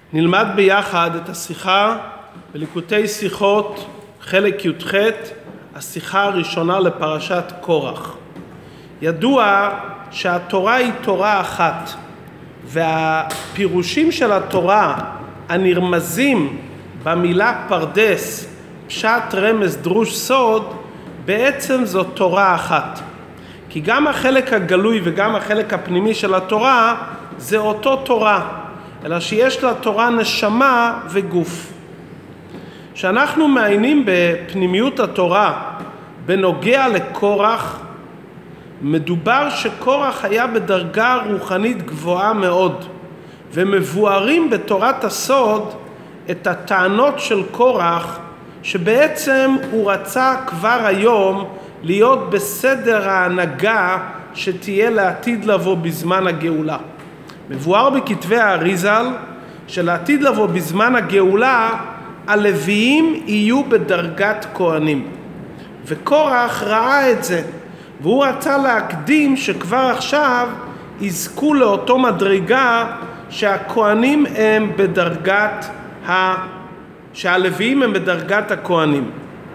נלמד ביחד את השיחה בליקוטי שיחות חלק י"ח, השיחה הראשונה לפרשת קורח. ידוע שהתורה היא תורה אחת, והפירושים של התורה הנרמזים במילה פרדס, פשט, רמז, דרוש, סוד, בעצם זו תורה אחת. כי גם החלק הגלוי וגם החלק הפנימי של התורה זה אותו תורה, אלא שיש לתורה נשמה וגוף. כשאנחנו מעיינים בפנימיות התורה בנוגע לקורח, מדובר שקורח היה בדרגה רוחנית גבוהה מאוד, ומבוארים בתורת הסוד את הטענות של קורח, שבעצם הוא רצה כבר היום להיות בסדר ההנהגה שתהיה לעתיד לבוא בזמן הגאולה. מבואר בכתבי האריזל שלעתיד לבוא בזמן הגאולה הלוויים יהיו בדרגת כהנים, וקורח ראה את זה והוא רצה להקדים שכבר עכשיו יזכו לאותו מדרגה שהכהנים הם בדרגת שהלוויים הם בדרגת הכהנים.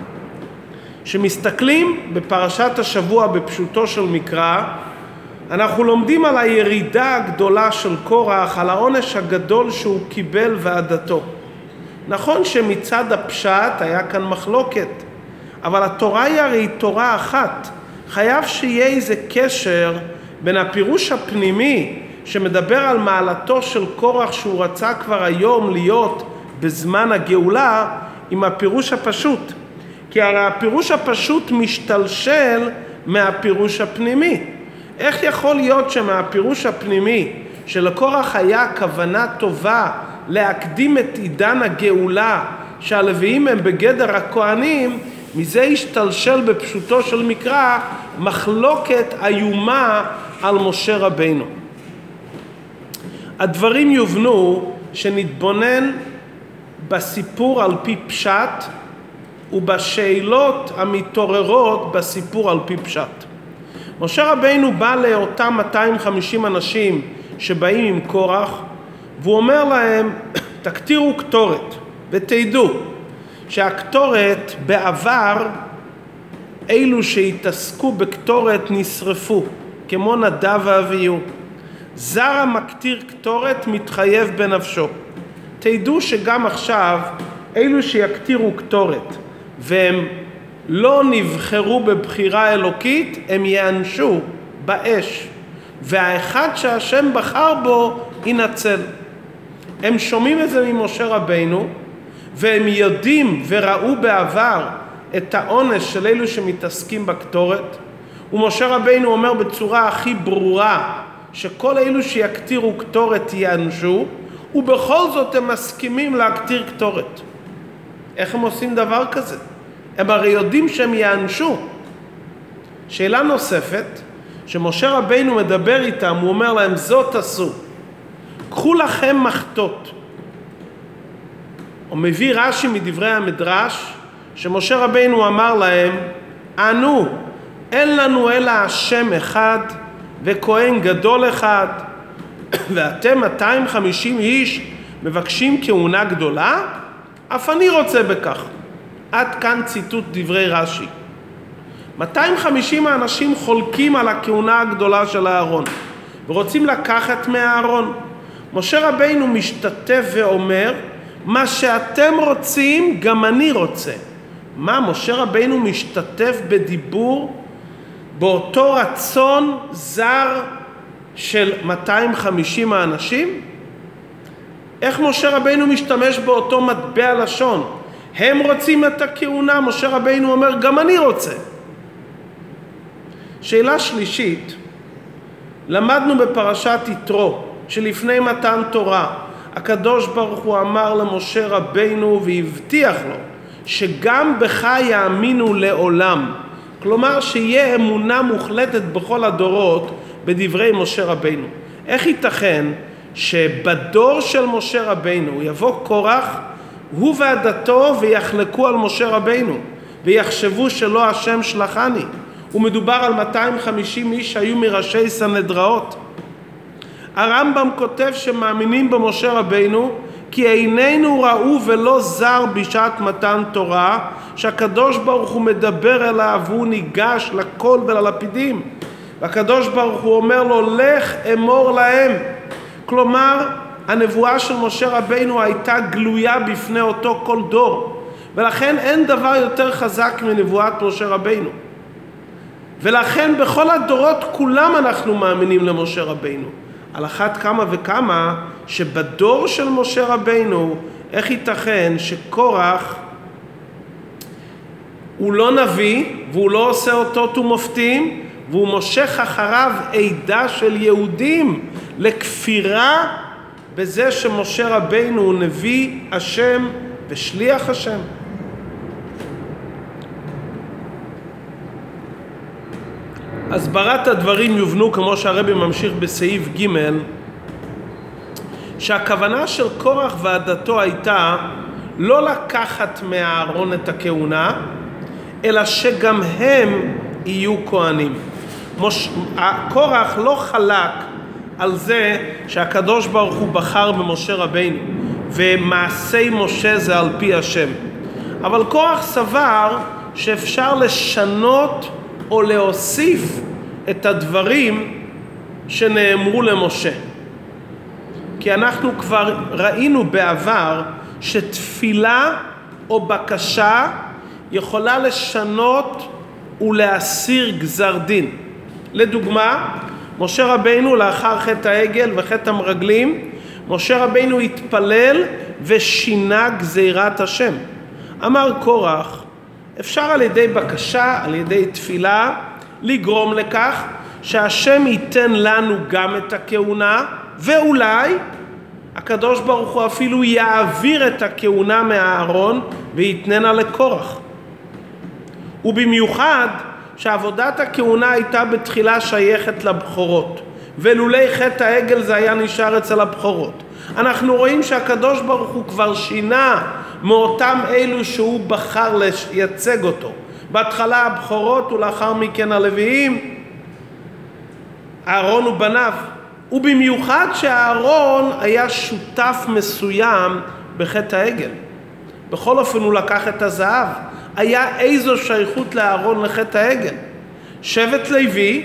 שמסתכלים בפרשת השבוע בפשוטו של מקרא, אנחנו לומדים על הירידה הגדולה של קורח, על העונש הגדול שהוא קיבל ועדתו. נכון שמצד הפשט היה כאן מחלוקת, אבל התורה היא הרי תורה אחת. חייב שיהיה איזה קשר בין הפירוש הפנימי שמדבר על מעלתו של קורח שהוא רצה כבר היום להיות בזמן הגאולה עם הפירוש הפשוט. כי הרי הפירוש הפשוט משתלשל מהפירוש הפנימי. איך יכול להיות שמהפירוש הפנימי שלקורח היה כוונה טובה להקדים את עידן הגאולה שהלוויים הם בגדר הכהנים, מזה השתלשל בפשוטו של מקרא מחלוקת איומה על משה רבינו. הדברים יובנו שנתבונן בסיפור על פי פשט ובשאלות המתעוררות בסיפור על פי פשט. משה רבינו בא לאותם 250 אנשים שבאים עם קורח, והוא אומר להם, תקטירו קטורת, ותדעו שהקטורת בעבר אלו שהתעסקו בקטורת נשרפו, כמו נדב ואביהו. זר המקטיר קטורת מתחייב בנפשו. תדעו שגם עכשיו אלו שיקטירו קטורת והם לא נבחרו בבחירה אלוקית, הם יענשו באש, והאחד שהשם בחר בו ינצל. הם שומעים את זה ממשה רבינו, והם יודעים וראו בעבר את העונש של אלו שמתעסקים בקטורת, ומשה רבינו אומר בצורה הכי ברורה שכל אלו שיקטירו קטורת יענשו, ובכל זאת הם מסכימים להקטיר קטורת. איך הם עושים דבר כזה? הם הרי יודעים שהם יענשו. שאלה נוספת, שמשה רבינו מדבר איתם, הוא אומר להם, זאת עשו, קחו לכם מחטות. הוא מביא רש"י מדברי המדרש, שמשה רבינו אמר להם, אנו, אין לנו אלא השם אחד, וכהן גדול אחד, ואתם 250 איש מבקשים כהונה גדולה? אף אני רוצה בכך. עד כאן ציטוט דברי רש"י. 250 האנשים חולקים על הכהונה הגדולה של הארון, ורוצים לקחת מהארון. משה רבינו משתתף ואומר, מה שאתם רוצים גם אני רוצה. מה, משה רבינו משתתף בדיבור באותו רצון זר של 250 האנשים? איך משה רבינו משתמש באותו מטבע לשון? הם רוצים את הכהונה, משה רבינו אומר, גם אני רוצה. שאלה שלישית, למדנו בפרשת יתרו, שלפני מתן תורה, הקדוש ברוך הוא אמר למשה רבינו והבטיח לו, שגם בך יאמינו לעולם. כלומר, שיהיה אמונה מוחלטת בכל הדורות בדברי משה רבינו. איך ייתכן שבדור של משה רבינו יבוא קורח, הוא ועדתו, ויחלקו על משה רבינו, ויחשבו שלא השם שלחני? ומדובר על 250 איש שהיו מראשי סנהדראות. הרמב"ם כותב שמאמינים במשה רבינו, כי עינינו ראו ולא זר בשעת מתן תורה, שהקדוש ברוך הוא מדבר אליו והוא ניגש לכל וללפידים. והקדוש ברוך הוא אומר לו, לך אמור להם. כלומר, הנבואה של משה רבינו הייתה גלויה בפני אותו כל דור. ולכן אין דבר יותר חזק מנבואת משה רבינו. ולכן בכל הדורות כולם אנחנו מאמינים למשה רבינו. על אחת כמה וכמה שבדור של משה רבינו, איך ייתכן שקורח הוא לא נביא והוא לא עושה אותות ומופתים, והוא מושך אחריו עדה של יהודים לכפירה בזה שמשה רבינו הוא נביא השם ושליח השם. הסברת הדברים יובנו כמו שהרבי ממשיך בסעיף ג', שהכוונה של קורח ועדתו הייתה לא לקחת מהארון את הכהונה, אלא שגם הם יהיו כהנים. קורח לא חלק על זה שהקדוש ברוך הוא בחר במשה רבינו ומעשי משה זה על פי השם, אבל קורח סבר שאפשר לשנות או להוסיף את הדברים שנאמרו למשה. כי אנחנו כבר ראינו בעבר שתפילה או בקשה יכולה לשנות ולהסיר גזר דין. לדוגמה, משה רבינו לאחר חטא העגל וחטא המרגלים, משה רבינו התפלל ושינה גזירת השם. אמר קורח, אפשר על ידי בקשה, על ידי תפילה, לגרום לכך שהשם ייתן לנו גם את הכהונה, ואולי הקדוש ברוך הוא אפילו יעביר את הכהונה מהארון ויתננה לקורח. ובמיוחד שעבודת הכהונה הייתה בתחילה שייכת לבחורות, ולולי חטא העגל זה היה נשאר אצל הבחורות. אנחנו רואים שהקדוש ברוך הוא כבר שינה מאותם אלו שהוא בחר לייצג אותו. בהתחלה הבחורות ולאחר מכן הלוויים, אהרון ובניו. ובמיוחד שאהרון היה שותף מסוים בחטא העגל. בכל אופן הוא לקח את הזהב. היה איזו שייכות לאהרון לחטא העגל. שבט לוי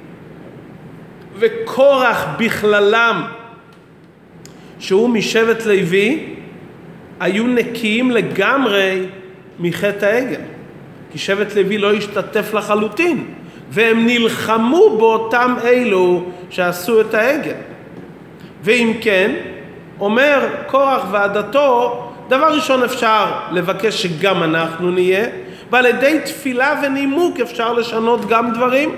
וקורח בכללם, שהוא משבט לוי, היו נקיים לגמרי מחטא העגל. כי שבט לוי לא השתתף לחלוטין, והם נלחמו באותם אלו שעשו את העגל. ואם כן, אומר קורח ועדתו, דבר ראשון אפשר לבקש שגם אנחנו נהיה, ועל ידי תפילה ונימוק אפשר לשנות גם דברים.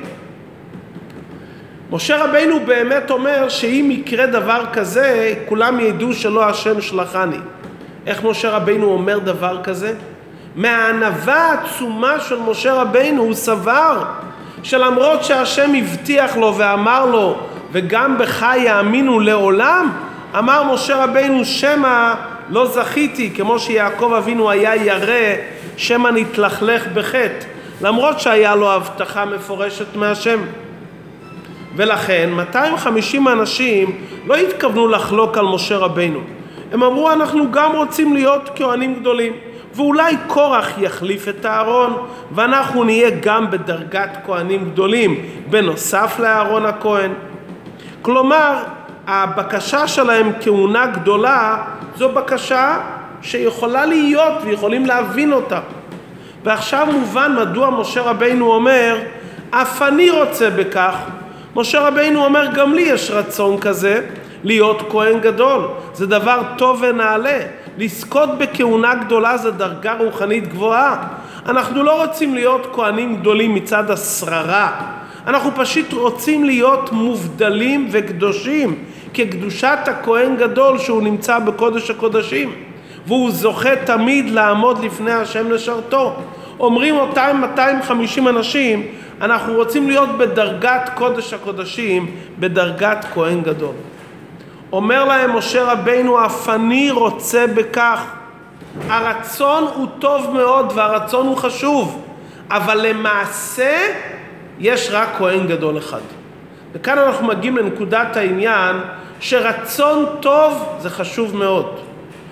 משה רבינו באמת אומר שאם יקרה דבר כזה, כולם ידעו שלא השם שלחני. איך משה רבינו אומר דבר כזה? מהענווה העצומה של משה רבינו הוא סבר שלמרות שהשם הבטיח לו ואמר לו וגם בך יאמינו לעולם, אמר משה רבינו שמה לא זכיתי, כמו שיעקב אבינו היה ירא שמה נתלכלך בחטא, למרות שהיה לו הבטחה מפורשת מהשם. ולכן 250 אנשים לא התכוונו לחלוק על משה רבינו. הם אמרו אנחנו גם רוצים להיות כהנים גדולים, ואולי קורח יחליף את אהרון ואנחנו נהיה גם בדרגת כהנים גדולים בנוסף לאהרון הכהן. כלומר, הבקשה שלהם כהונה גדולה זו בקשה שיכולה להיות ויכולים להבין אותה. ועכשיו מובן מדוע משה רבינו אומר אף אני רוצה בכך. משה רבינו אומר גם לי יש רצון כזה להיות כהן גדול, זה דבר טוב ונעלה. לזכות בכהונה גדולה זה דרגה רוחנית גבוהה. אנחנו לא רוצים להיות כהנים גדולים מצד השררה, אנחנו פשוט רוצים להיות מובדלים וקדושים כקדושת הכהן גדול שהוא נמצא בקודש הקודשים והוא זוכה תמיד לעמוד לפני השם לשרתו. אומרים אותם 250 אנשים אנחנו רוצים להיות בדרגת קודש הקודשים, בדרגת כהן גדול. אומר להם משה רבינו אף אני רוצה בכך. הרצון הוא טוב מאוד והרצון הוא חשוב, אבל למעשה יש רק כהן גדול אחד. וכאן אנחנו מגיעים לנקודת העניין שרצון טוב זה חשוב מאוד,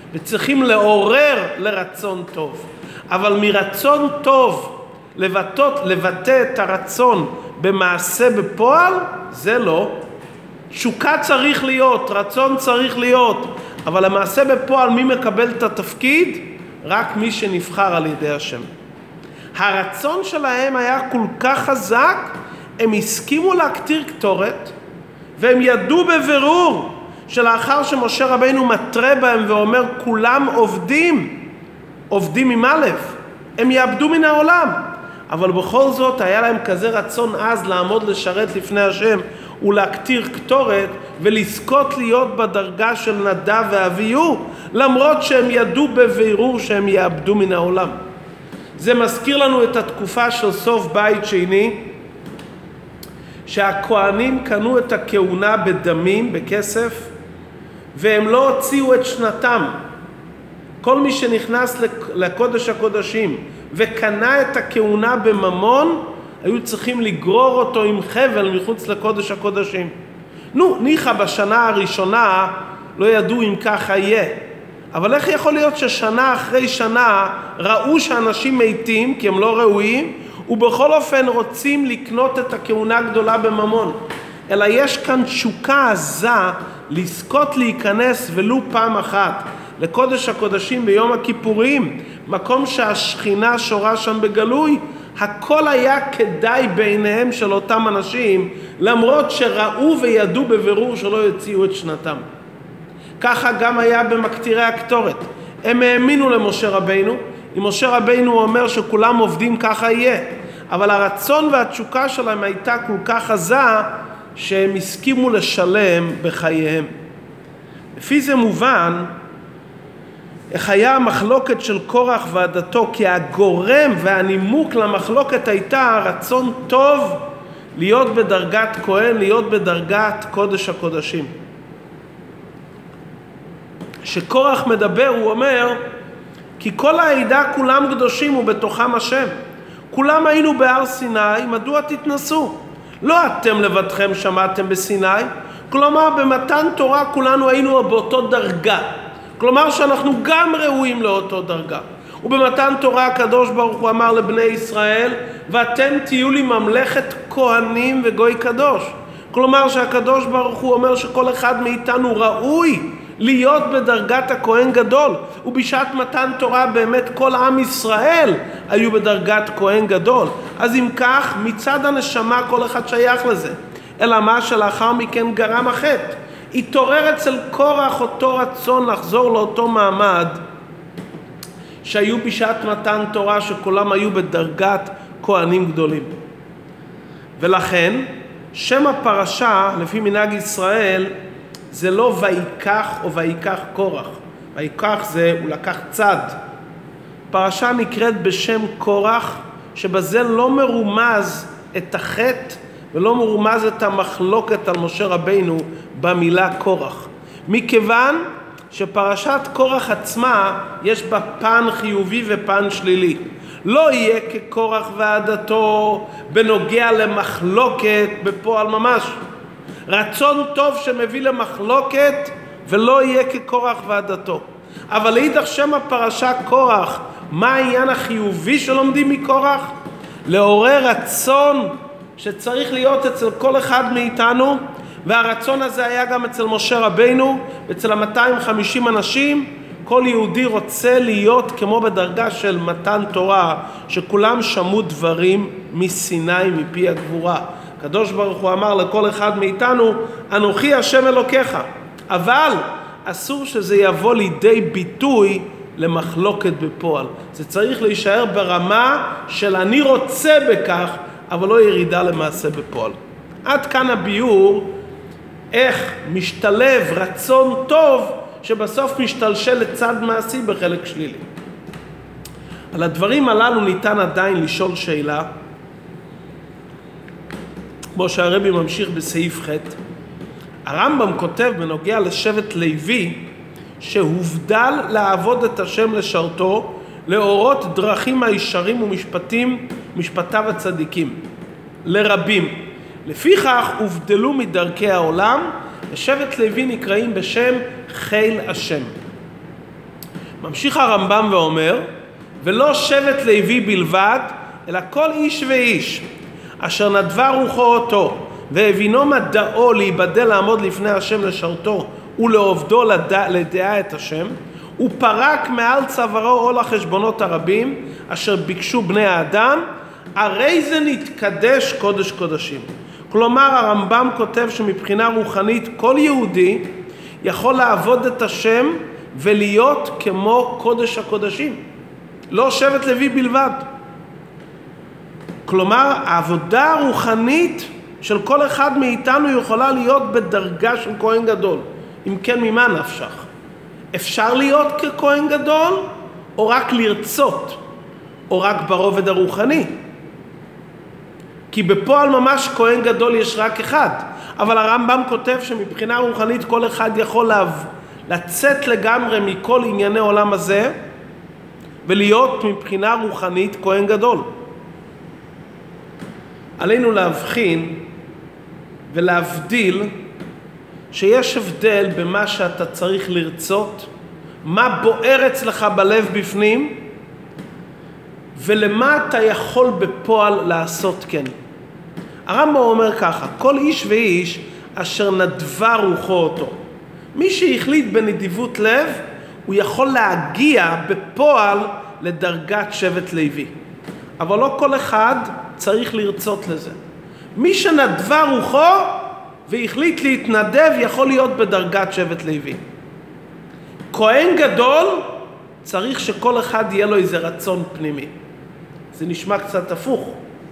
וצריכים לעורר לרצון טוב. אבל מרצון טוב לבטא את הרצון במעשה בפועל, זה לא. תשוקה צריך להיות, רצון צריך להיות, אבל המעשה בפועל, מי מקבל את התפקיד? רק מי שנבחר על ידי השם. הרצון שלהם היה כל כך חזק, הם הסכימו להקטיר קטורת, והם ידעו בבירור שלאחר שמשה רבינו מטרה בהם ואומר כולם עובדים עם א', הם יאבדו מן העולם. אבל בכל זאת היה להם כזה רצון אז לעמוד לשרת לפני השם ולהקטיר קטורת ולזכות להיות בדרגה של נדב ואביהו, למרות שהם ידעו בבירור שהם יאבדו מן העולם. זה מזכיר לנו את התקופה של סוף בית שני, שהכהנים קנו את הכהונה בדמים, בכסף, והם לא הוציאו את שנתם. כל מי שנכנס לקודש הקודשים וקנה את הכהונה בממון, היו צריכים לגרור אותו עם חבל מחוץ לקודש הקודשים. ניחא בשנה הראשונה לא ידעו אם ככה יהיה. אבל איך יכול להיות ששנה אחרי שנה ראו שאנשים מתים כי הם לא ראויים, ובכל אופן רוצים לקנות את הכהונה הגדולה בממון? אלא יש כאן תשוקה עזה לזכות להיכנס ולו פעם אחת לקודש הקודשים ביום הכיפורים, מקום שהשכינה שורה שם בגלוי. הכל היה כדאי בעיניהם של אותם אנשים, למרות שראו וידעו בבירור שלא יוציאו את שנתם. ככה גם היה במקטירי הקטורת. הם האמינו למשה רבינו, אם משה רבינו אומר שכולם עובדים ככה יהיה, אבל הרצון והתשוקה שלהם הייתה כל כך עזה שהם הסכימו לשלם בחייהם. לפי זה מובן איך היה המחלוקת של קורח ועדתו, כי הגורם והנימוק למחלוקת הייתה רצון טוב להיות בדרגת כהן, להיות בדרגת קודש הקודשים. שקורח מדבר הוא אומר כי כל העדה כולם קדושים ובתוכם השם, כולם היינו בהר סיני, מדוע תתנסו? לא אתם לבדכם שמעתם בסיני, כלומר במתן תורה כולנו היינו באותו דרגה, כלומר שאנחנו גם ראויים לאותו דרגה. ובמתן תורה הקדוש ברוך הוא אמר לבני ישראל, ואתם תהיו לי ממלכת כהנים וגוי קדוש. כלומר שהקדוש ברוך הוא אומר שכל אחד מאיתנו ראוי להיות בדרגת הכהן גדול, ובשעת מתן תורה באמת כל עם ישראל היו בדרגת כהן גדול. אז אם כך מצד הנשמה כל אחד שייך לזה, אלא מה שלאחר מכן גרם החטא, התעורר אצל קורח אותו רצון לחזור לאותו מעמד שהיו בשעת מתן תורה, שכולם היו בדרגת כהנים גדולים. ולכן שם הפרשה לפי מנהג ישראל זה לא ויקח או ויקח קורח. ויקח זה הוא לקח צד. פרשה נקראת בשם קורח, שבזה לא מרומז את החטא ולא מרומז את המחלוקת על משה רבינו במילה קורח. מכיוון שפרשת קורח עצמה יש בה פן חיובי ופן שלילי. לא יהיה כקורח ועדתו בנוגע למחלוקת בפועל ממש. רצון טוב שמביא למחלוקת ולא יהיה כקורח ועדתו. אבל להידך שם הפרשה קורח, מה העניין החיובי שלומדים מקורח? לעורר רצון שצריך להיות אצל כל אחד מאיתנו, והרצון הזה היה גם אצל משה רבינו, אצל 250 אנשים. כל יהודי רוצה להיות כמו בדרגה של מתן תורה, שכולם שמעו דברים מסיני, מפי הגבורה. הקדוש ברוך הוא אמר לכל אחד מאיתנו, אנוכי השם אלוקיך. אבל אסור שזה יבוא לידי ביטוי למחלוקת בפועל. זה צריך להישאר ברמה של אני רוצה בכך, אבל לא ירידה למעשה בפועל. עד כאן הביאור איך משתלב רצון טוב שבסוף משתלשל לצד מעשי בחלק שלילי. על הדברים הללו ניתן עדיין לשאול שאלה, כמו שהרבי ממשיך בסעיף ח'. הרמב"ם כותב בנוגע לשבט לוי שהובדל לעבוד את השם לשרתו, לאורות דרכים הישרים ומשפטיו הצדיקים לרבים. לפיכך הובדלו מדרכי העולם, ושבט לוי נקראים בשם חיל השם. ממשיך הרמב"ם ואומר, ולא שבט לוי בלבד, אלא כל איש ואיש, אשר נדבה רוחו אותו, והבינו מדעו להיבדל לעמוד לפני השם לשרתו, ולעובדו לדעה את השם, הוא פרק מעל צווארו עול החשבונות הרבים, אשר ביקשו בני האדם, הרי זה נתקדש קודש קודשים. כלומר, הרמב"ם כותב שמבחינה רוחנית כל יהודי יכול לעבוד את השם ולהיות כמו קודש הקודשים. לא שבט לוי בלבד. כלומר, העבודה הרוחנית של כל אחד מאיתנו יכולה להיות בדרגה של כהן גדול. אם כן, ממה נפשך? אפשר להיות ככהן גדול, או רק לרצות, או רק ברובד הרוחני? כי בפועל ממש כהן גדול יש רק אחד, אבל הרמב"ם כותב שמבחינה רוחנית כל אחד יכול לצאת לגמרי מכל ענייני עולם הזה, ולהיות מבחינה רוחנית כהן גדול. עלינו להבחין ולהבדיל שיש הבדל במה שאתה צריך לרצות, מה בוער אצלך בלב בפנים, ולמה אתה יכול בפועל לעשות כן. הרמב"ם אומר ככה, כל איש ואיש אשר נדבה רוחו אותו. מי שהחליט בנדיבות לב, הוא יכול להגיע בפועל לדרגת שבט לוי. אבל לא כל אחד צריך לרצות לזה. מי שנדבה רוחו והחליט להתנדב יכול להיות בדרגת שבט לוי. כהן גדול צריך שכל אחד יהיה לו איזה רצון פנימי. זה נשמע קצת הפוך.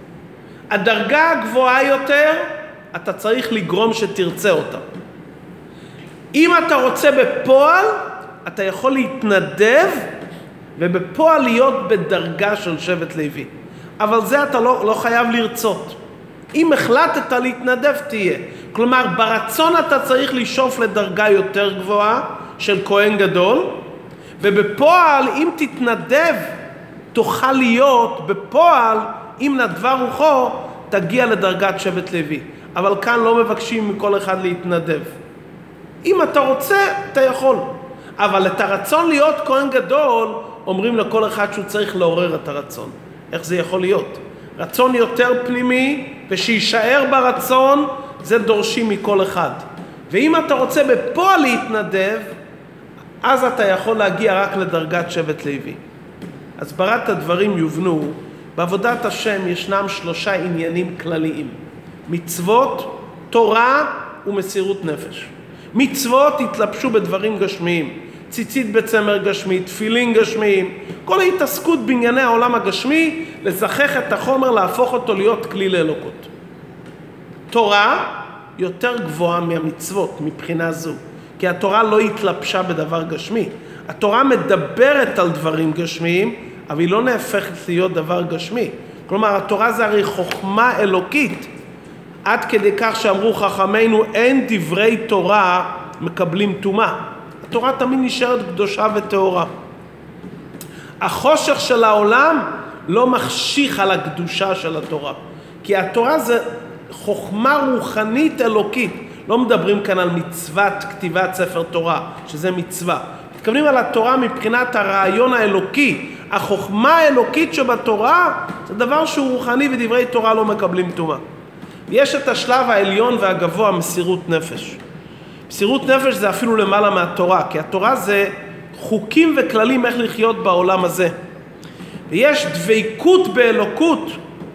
הדרגה הגבוהה יותר, אתה צריך לגרום שתרצה אותה. אם אתה רוצה בפועל, אתה יכול להתנדב ובפועל להיות בדרגה של שבט לוי. אבל זה אתה לא חייב לרצות. אם החלטת להתנדב תהיה. כלומר, ברצון אתה צריך לשאוף לדרגה יותר גבוהה של כהן גדול, ובפועל אם תתנדב תוכל להיות בפועל, אם נדבה רוחו תגיע לדרגת שבט לוי. אבל כאן לא מבקשים מכל אחד להתנדב. אם אתה רוצה אתה יכול, אבל את הרצון להיות כהן גדול אומרים לכל אחד שהוא צריך לעורר את הרצון. איך זה יכול להיות? רצון יותר פנימי ושישאר ברצון, זה דורשים מכל אחד. ואם אתה רוצה בפועל להתנדב, אז אתה יכול להגיע רק לדרגת שבט לוי. אז ברת הדברים יובנו, בעבודת השם ישנם 3 עניינים כלליים. מצוות, תורה ומסירות נפש. מצוות התלבשו בדברים גשמיים. ציצית בצמר גשמי, תפילין גשמיים, כל ההתעסקות בענייני העולם הגשמי, לזכך את החומר, להפוך אותו להיות כלי לאלוקות. תורה יותר גבוהה מהמצוות מבחינה זו, כי התורה לא התלבשה בדבר גשמי. התורה מדברת על דברים גשמיים, אבל היא לא נהפכת להיות דבר גשמי. כלומר, התורה זה הרי חוכמה אלוקית, עד כדי כך שאמרו חכמינו, אין דברי תורה מקבלים טומאה. התורה תמיד נשארת קדושה וטהורה. החושך של העולם לא מחשיך על הקדושה של התורה, כי התורה זה חוכמה רוחנית אלוקית. לא מדברים כאן על מצוות כתיבת ספר תורה, שזה מצווה. מתכוונים על התורה מבחינת הרעיון האלוקי. החוכמה האלוקית שבתורה זה דבר שהוא רוחני, ודברי תורה לא מקבלים טומאה. יש את השלב העליון והגבוה, מסירות נפש. מסירות נפש זה אפילו למעלה מהתורה, כי התורה זה חוקים וכללים איך לחיות בעולם הזה. ויש דבקות באלוקות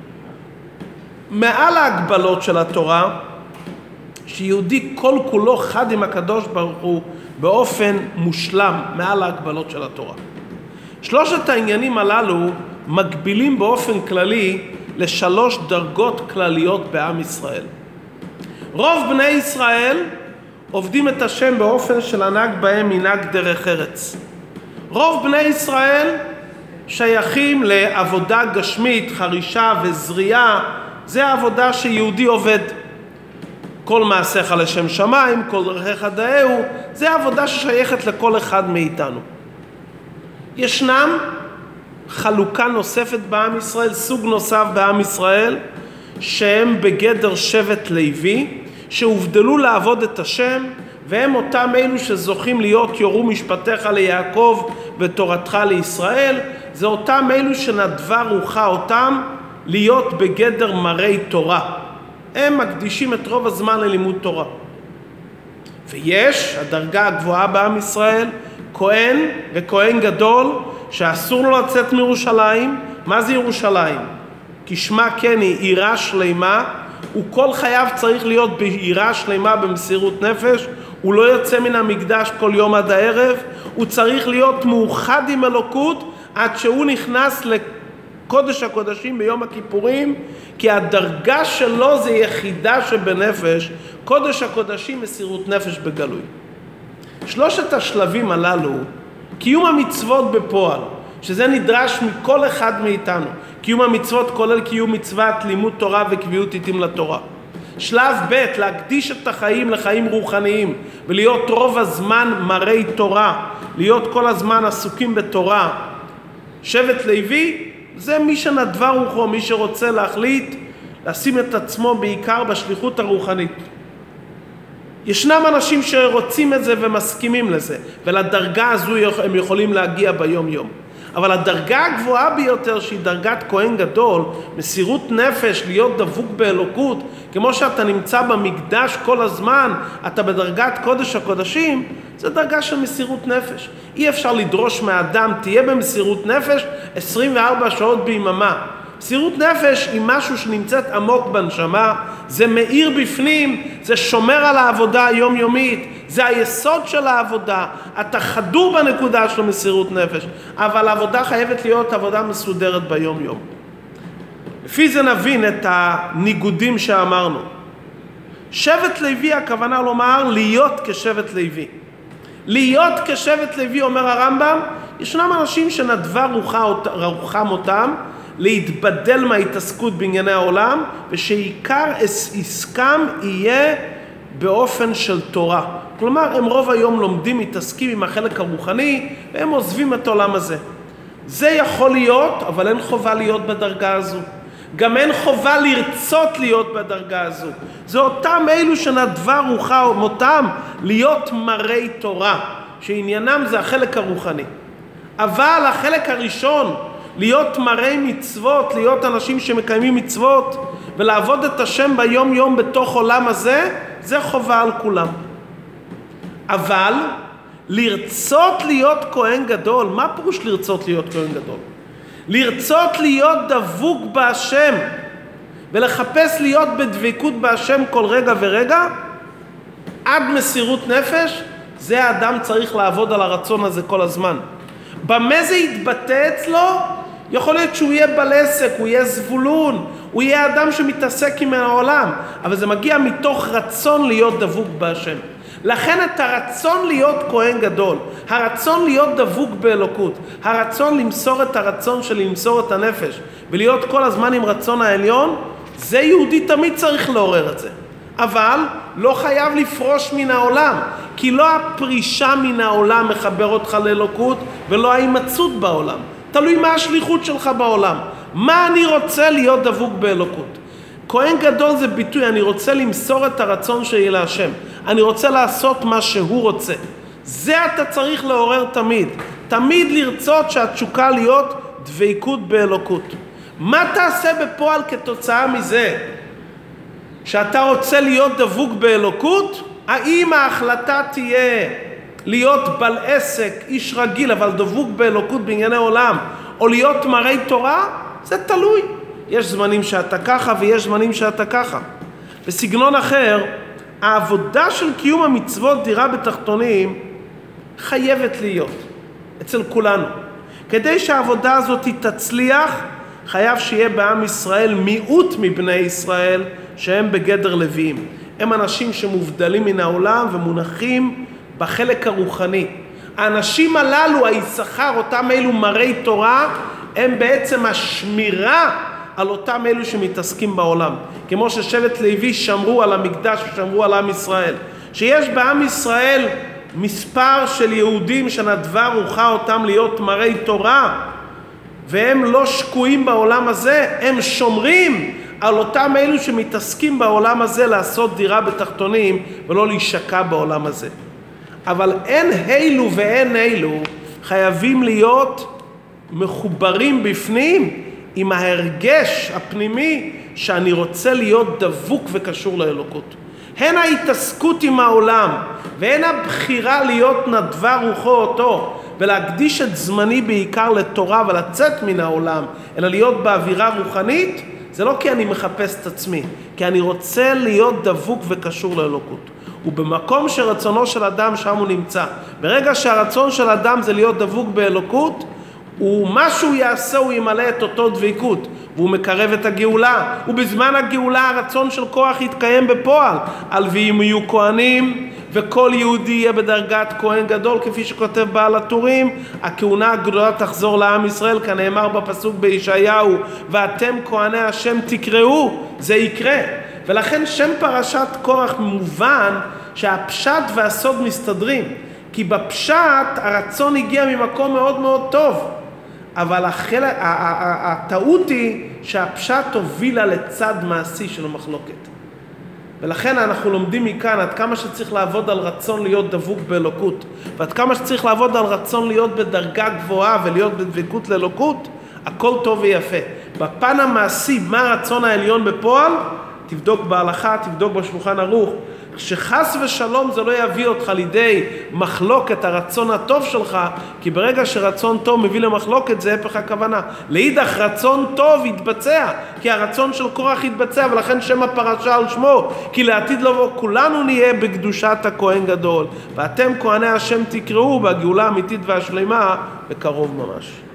מעל ההגבלות של התורה, שיהודי כל כולו חד עם הקדוש ברוך הוא באופן מושלם מעל ההגבלות של התורה. 3 העניינים הללו מקבילים באופן כללי ל3 דרגות כלליות בעם ישראל. רוב בני ישראל עובדים את השם באופן של הנהג בהם מנהג דרך ארץ. רוב בני ישראל שייכים לעבודה גשמית, חרישה וזריעה. זה העבודה שיהודי עובד. כל מעשיך לשם שמיים, כל דרכיך דאהו, זה העבודה ששייכת לכל אחד מאיתנו. ישנם חלוקה נוספת בעם ישראל, סוג נוסף בעם ישראל, שהם בגדר שבט לוי, שהובדלו לעבוד את השם, והם אותם אלו שזוכים להיות יורו משפטיך ליעקב ותורתך לישראל. זה אותם אלו שנדבה רוחה אותם להיות בגדר מראי תורה. הם מקדישים את רוב הזמן ללימוד תורה. ויש הדרגה הגבוהה בעם ישראל, כהן וכהן גדול, שאסור לו לצאת מירושלים. מה זה ירושלים? כשמה כן היא עירה שלמה, וכל חייו צריך להיות בעירה שלמה במסירות נפש. הוא לא יוצא מן המקדש כל יום עד הערב, הוא צריך להיות מאוחד עם אלוקות עד שהוא נכנס לקודש הקודשים ביום הכיפורים, כי הדרגה שלו זה יחידה שבנפש, קודש הקודשים מסירות נפש בגלוי. שלושת השלבים הללו, קיום המצוות בפועל, שזה נדרש מכל אחד מאיתנו. קיום המצוות כולל קיום מצוות לימוד תורה וקביעות עיתים לתורה. שלב ב', להקדיש את החיים לחיים רוחניים ולהיות רוב הזמן מראי תורה, להיות כל הזמן עסוקים בתורה. שבט לוי זה מי שנדבה רוחו, מי שרוצה להחליט לשים את עצמו בעיקר בשליחות הרוחנית. ישנם אנשים שרוצים את זה ומסכימים לזה, ולדרגה הזו הם יכולים להגיע ביום יום. אבל הדרגה הגבוהה ביותר שהיא דרגת כהן גדול, מסירות נפש, להיות דבוק באלוקות, כמו שאתה נמצא במקדש כל הזמן, אתה בדרגת קודש הקודשים, זה דרגה של מסירות נפש. אי אפשר לדרוש מהאדם, תהיה במסירות נפש 24 שעות ביממה. מסירות נפש היא משהו שנמצאת עמוק בנשמה, זה מאיר בפנים, זה שומר על העבודה היומיומית, זה היסוד של העבודה. אתה חדור בנקודה של מסירות נפש, אבל העבודה חייבת להיות עבודה מסודרת ביום יום. לפי זה נבין את הניגודים שאמרנו. שבט לוי, הכוונה לומר להיות כשבט לוי. להיות כשבט לוי, אומר הרמב"ם, ישנם אנשים שנדבה רוחם אותם, להתבדל מההתעסקות בענייני העולם, ושעיקר עסקם יהיה באופן של תורה. כלומר, הם רוב היום לומדים, מתעסקים עם החלק הרוחני, והם עוזבים את העולם הזה. זה יכול להיות, אבל אין חובה להיות בדרגה הזו. גם אין חובה לרצות להיות בדרגה הזו. זה אותם אלו שנדבה רוחה אותם להיות מראי תורה, שעניינם זה החלק הרוחני. אבל החלק הראשון, להיות מראי מצוות, להיות אנשים שמקיימים מצוות, ולעבוד את השם ביום יום בתוך עולם הזה, זה חובה על כולם. אבל לרצות להיות כהן גדול, מה פירוש לרצות להיות כהן גדול? לרצות להיות דבוק בהשם, ולחפש להיות בדבקות בהשם כל רגע ורגע, עד מסירות נפש, זה האדם צריך לעבוד על הרצון הזה כל הזמן. במה זה יתבטא אצלו? יכול להיות שהוא יהיה בעל עסק, הוא יהיה זבולון, הוא יהיה אדם שמתעסק עם העולם, אבל זה מגיע מתוך רצון להיות דבוק בהשם. לכן את הרצון להיות כהן גדול, הרצון להיות דבוק באלוקות, הרצון למסור את הרצון שלי, למסור את הנפש, ולהיות כל הזמן עם רצון העליון, זה יהודי תמיד צריך לעורר את זה. אבל לא חייב לפרוש מן העולם, כי לא הפרישה מן העולם מחבר אותך לאלוקות, ולא ההימצאות בעולם. תלוי מה השליחות שלך בעולם. מה אני רוצה להיות דבוק באלוקות? כהן גדול זה ביטוי, אני רוצה למסור את הרצון שלי להשם. אני רוצה לעשות מה שהוא רוצה. זה אתה צריך לעורר תמיד. תמיד לרצות שהתשוקה להיות דבקות באלוקות. מה תעשה בפועל כתוצאה מזה? שאתה רוצה להיות דבוק באלוקות? האם ההחלטה תהיה להיות בעל עסק, איש רגיל, אבל דבוק באלוקות בענייני עולם, או להיות מראי תורה? זה תלוי. יש זמנים שאתה ככה ויש זמנים שאתה ככה. בסגנון אחר, העבודה של קיום המצוות דירה בתחתונים חייבת להיות אצל כולנו. כדי שהעבודה הזאת תצליח, חייב שיהיה בעם ישראל מיעוט מבני ישראל שהם בגדר לוויים. הם אנשים שמובדלים מן העולם ומונחים בחלק הרוחני. האנשים הללו, היששכר, אותם אלו מראי תורה, הם בעצם השמירה על אותם אלו שמתעסקים בעולם. כמו ששבט לוי שמרו על המקדש ושמרו על עם ישראל. שיש בעם ישראל מספר של יהודים שנדבה רוחה אותם להיות מראי תורה, והם לא שקועים בעולם הזה, הם שומרים על אותם אלו שמתעסקים בעולם הזה לעשות דירה בתחתונים ולא להישקע בעולם הזה. אבל אין אילו ואין אילו, חייבים להיות מחוברים בפנים עם ההרגש הפנימי שאני רוצה להיות דבוק וקשור לאלוקות. הן ההתעסקות עם העולם והן הבחירה להיות נדבה רוחו אותו ולהקדיש את זמני בעיקר לתורה ולצאת מן העולם, אלא להיות באווירה רוחנית, זה לא כי אני מחפש את עצמי, כי אני רוצה להיות דבוק וקשור לאלוקות. ובמקום שרצונו של אדם שם הוא נמצא. ברגע שהרצון של אדם זה להיות דבוק באלוקות, ומה שהוא יעשה הוא ימלא את אותו דביקות, והוא מקרב את הגאולה, ובזמן הגאולה הרצון של כוח יתקיים בפועל, על ואם יהיו כהנים, וכל יהודי יהיה בדרגת כהן גדול, כפי שכותב בעל הטורים, הכהונה הגדולה תחזור לעם ישראל, כנאמר בפסוק בישעיהו, ואתם כהני השם תקראו, זה יקרה. ולכן שם פרשת קורח מובן שהפשט והסוד מסתדרים, כי בפשט הרצון הגיע ממקום מאוד מאוד טוב, אבל הטעות היא שהפשט הובילה לצד מעשי של המחלוקת. ולכן אנחנו לומדים מכאן עד כמה שצריך לעבוד על רצון להיות דבוק באלוקות, ועד כמה שצריך לעבוד על רצון להיות בדרגה גבוהה ולהיות בדבקות לאלוקות, הכל טוב ויפה. בפן המעשי, מה הרצון העליון בפועל? תבדוק בהלכה, תבדוק בשולחן ערוך, שחס ושלום זה לא יביא אותך לידי מחלוקת הרצון הטוב שלך, כי ברגע שרצון טוב מביא למחלוקת זה הפך הכוונה. לאידך רצון טוב יתבצע, כי הרצון של קורח יתבצע, ולכן שם הפרשה על שמו, כי לעתיד לבוא כולנו נהיה בקדושת הכהן גדול, ואתם כהני השם תקראו, והגאולה האמיתית והשלמה בקרוב ממש.